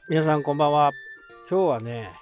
皆さんこんばんは。今日はね、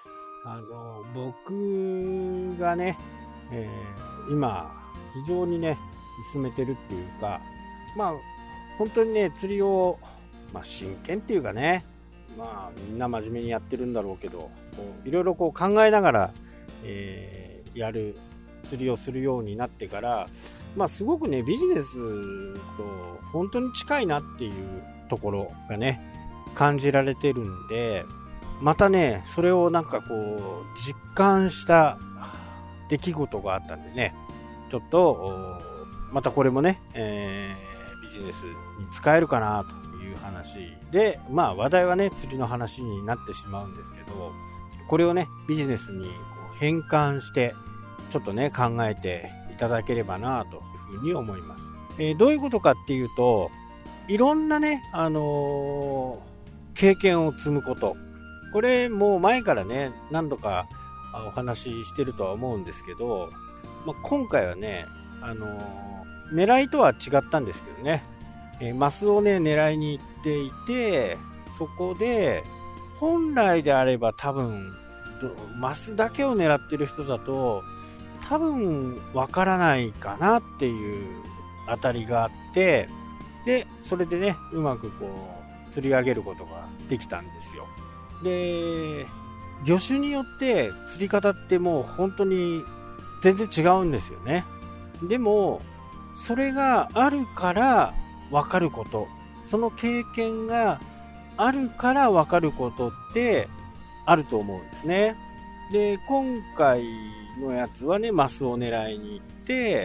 僕がね、今非常にね進めてるっていうか、本当にね釣りを、真剣っていうかね、みんな真面目にやってるんだろうけど、いろいろ考えながら、やる釣りをするようになってから、すごくねビジネスと本当に近いなっていうところがね感じられてるんで、またねそれを実感した出来事があったんでね、ちょっとまたこれもね、ビジネスに使えるかなという話で、話題はね釣りの話になってしまうんですけど、これをねビジネスに変換してちょっとね考えていただければなというふうに思います。どういうことかっていうと、いろんなね、経験を積むこと、これもう前からね何度かお話ししてるとは思うんですけど、今回はね、狙いとは違ったんですけどね、マスをね狙いに行っていて、そこで本来であれば多分マスだけを狙ってる人だと多分わからないかなっていう当たりがあって、でそれでねうまく釣り上げることができたんですよ。で魚種によって釣り方ってもう本当に全然違うんですよね。でもそれがあるから分かること、その経験があるから分かることってあると思うんですね。で今回のやつはねマスを狙いに行って、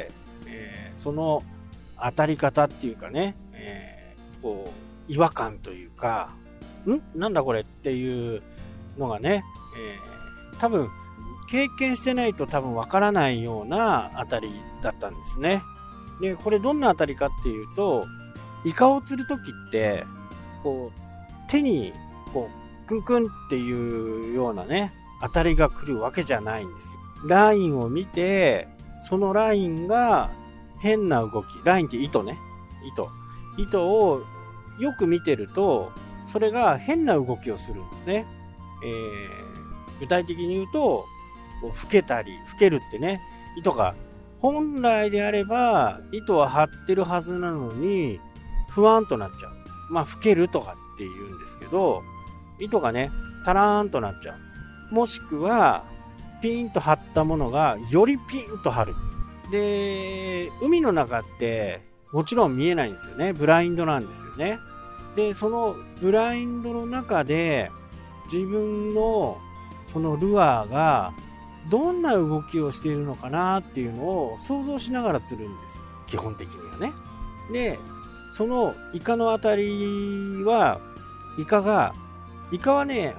その当たり方っていうかね、違和感というか、なんだこれっていうのがね、多分経験してないと多分わからないような当たりだったんですね。でこれどんな当たりかっていうと、イカを釣るときって手にクンクンっていうようなね当たりが来るわけじゃないんですよ。ラインを見て、そのラインが変な動き、ラインって糸ね、糸をよく見てるとそれが変な動きをするんですね。具体的に言うと吹けたり、吹けるってね、糸が本来であれば糸は張ってるはずなのに不安となっちゃう。吹けるとかって言うんですけど、糸がねタラーンとなっちゃう。もしくはピーンと張ったものがよりピーンと張る。で海の中ってもちろん見えないんですよね。ブラインドなんですよね。でそのブラインドの中で自分のそのルアーがどんな動きをしているのかなっていうのを想像しながら釣るんですよ、基本的にはね。でそのイカの当たりは、イカはね、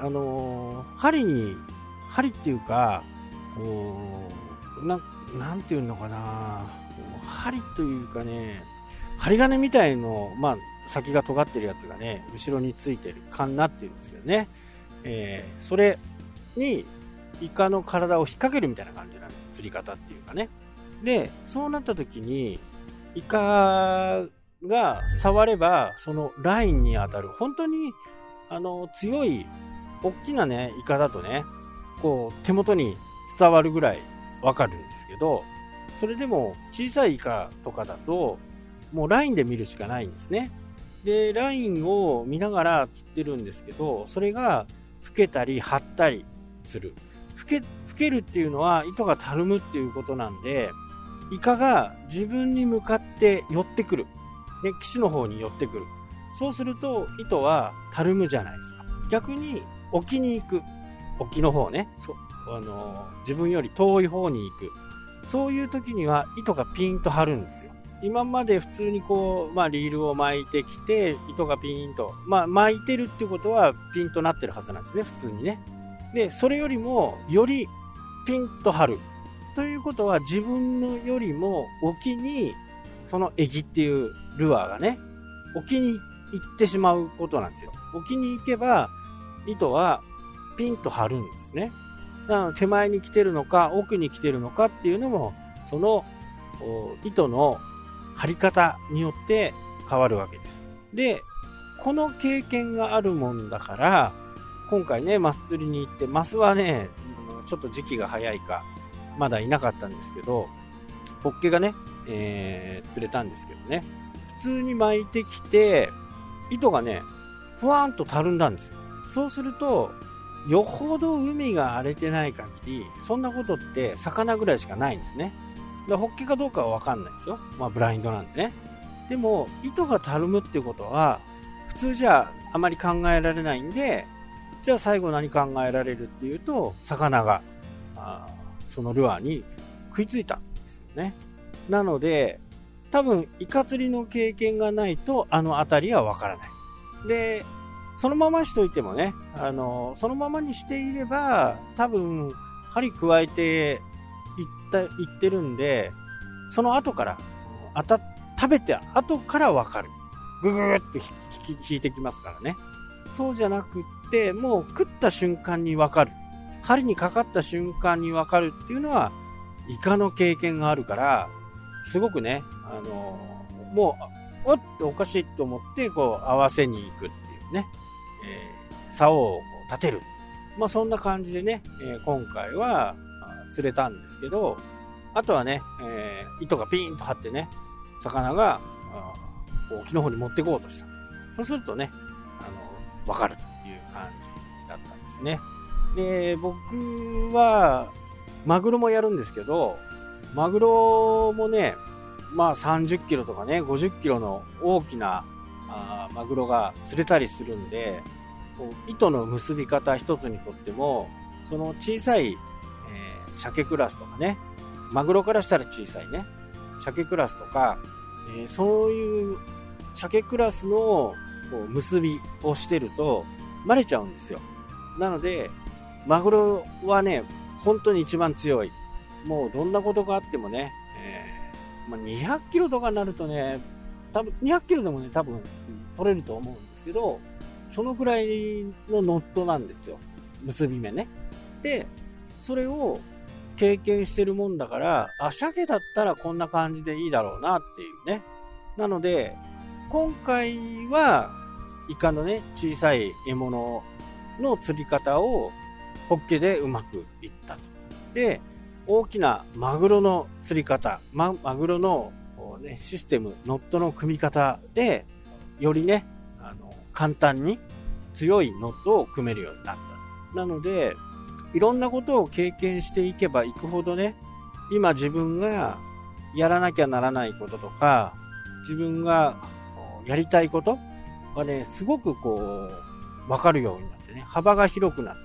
針っていうか、なんていうのかな、針というかね、針金みたいの、先が尖ってるやつがね後ろについてるカンナっていうんですけどね、それにイカの体を引っ掛けるみたいな感じなの、釣り方っていうかね。でそうなった時にイカが触ればそのラインに当たる、本当に強い大きなねイカだとね手元に伝わるぐらいわかるんですけど、それでも小さいイカとかだともうラインで見るしかないんですね。でラインを見ながら釣ってるんですけど、それが吹けたり張ったりする。吹けるっていうのは糸がたるむっていうことなんで、イカが自分に向かって寄ってくる、ね、岸の方に寄ってくる。そうすると糸はたるむじゃないですか。逆に沖に行く、沖の方ね、自分より遠い方に行く、そういう時には糸がピンと張るんですよ。今まで普通にリールを巻いてきて糸がピーンと、巻いてるっていうことはピンとなってるはずなんですね、普通にね。でそれよりもよりピンと張るということは、自分のよりも沖にそのエギっていうルアーがね沖に行ってしまうことなんですよ。沖に行けば糸はピンと張るんですね。だから手前に来てるのか奥に来てるのかっていうのもその糸の張り方によって変わるわけです。でこの経験があるもんだから、 今回ね、マス釣りに行って、マスはね、ちょっと時期が早いか、まだいなかったんですけど、ホッケがね、釣れたんですけどね、普通に巻いてきて、糸がね、ふわーんとたるんだんですよ。そうすると、よほど海が荒れてない限り、そんなことって魚ぐらいしかないんですね。でホッケかどうかはわかんないですよ。まあブラインドなんでね。でも、糸がたるむっていうことは、普通じゃあまり考えられないんで、じゃあ最後何考えられるっていうと、魚が、そのルアーに食いついたんですよね。なので、多分、イカ釣りの経験がないと、あのあたりはわからない。で、そのまましといてもね、そのままにしていれば、多分、針加えていってるんで、その後から、食べて後からわかる。ぐぐーって引いてきますからね。そうじゃなくって、もう食った瞬間にわかる。針にかかった瞬間にわかるっていうのは、イカの経験があるから、すごくね、もう、おっとおかしいと思って、こう、合わせに行くっていうね、竿を立てる。まあそんな感じでね、今回は釣れたんですけど、あとはね、糸がピーンと張ってね、魚が沖の方に持っていこうとした。そうするとね、わかるという感じだったんですね。で、僕は、マグロもやるんですけど、マグロもね、まあ30キロとかね、50キロの大きなマグロが釣れたりするんで、糸の結び方一つにとっても、その小さい、鮭クラスとかね、マグロからしたら小さいね、鮭クラスとか、そういう鮭クラスの結びをしてると、慣れちゃうんですよ。なので、マグロはね、本当に一番強い。もうどんなことがあってもね、まあ、200キロとかになるとね、多分200キロでもね、多分取れると思うんですけど、そのくらいのノットなんですよ。結び目ね。で、それを経験してるもんだから、鮭だったらこんな感じでいいだろうなっていうね。なので、今回は、イカのね、小さい獲物の釣り方を、ホッケでうまくいったと。で、大きなマグロの釣り方、マグロの、ね、システム、ノットの組み方で、よりね、簡単に強いノットを組めるようになった。なので、いろんなことを経験していけばいくほどね、今自分がやらなきゃならないこととか、自分がやりたいことがね、すごくこう、わかるようになってね、幅が広くなって、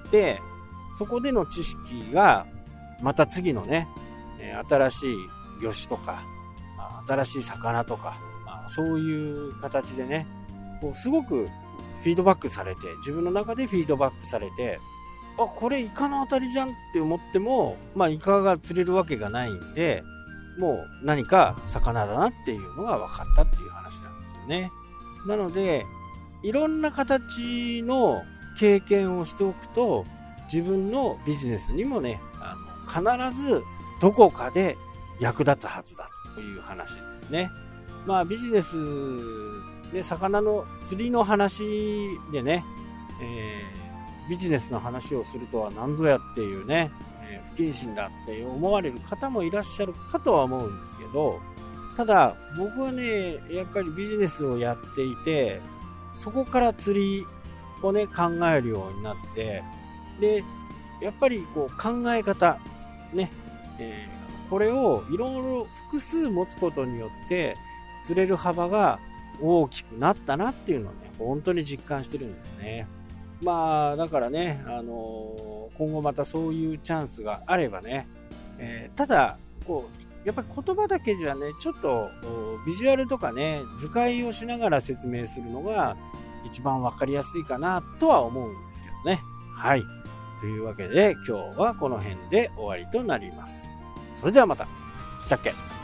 そこでの知識が、また次のね、新しい魚種とか、新しい魚とか、そういう形でね、こうすごくフィードバックされて、自分の中でフィードバックされて、あ、これイカの当たりじゃんって思っても、まあイカが釣れるわけがないんで、もう何か魚だなっていうのが分かったっていう話なんですよね。なので、いろんな形の経験をしておくと、自分のビジネスにもね、必ずどこかで役立つはずだという話ですね。まあビジネスで魚の釣りの話でね、ビジネスの話をするとは何ぞやっていうね、不謹慎だって思われる方もいらっしゃるかとは思うんですけど、ただ僕はね、やっぱりビジネスをやっていて、そこから釣りをね、考えるようになって、で、やっぱりこう考え方、ね、これをいろいろ複数持つことによって釣れる幅が大きくなったなっていうのをね、本当に実感してるんですね。まあだからね、今後またそういうチャンスがあればね、ただこうやっぱり言葉だけじゃね、ちょっとビジュアルとかね、図解をしながら説明するのが一番わかりやすいかなとは思うんですけどね。はい。というわけで今日はこの辺で終わりとなります。それではまた。したっけ。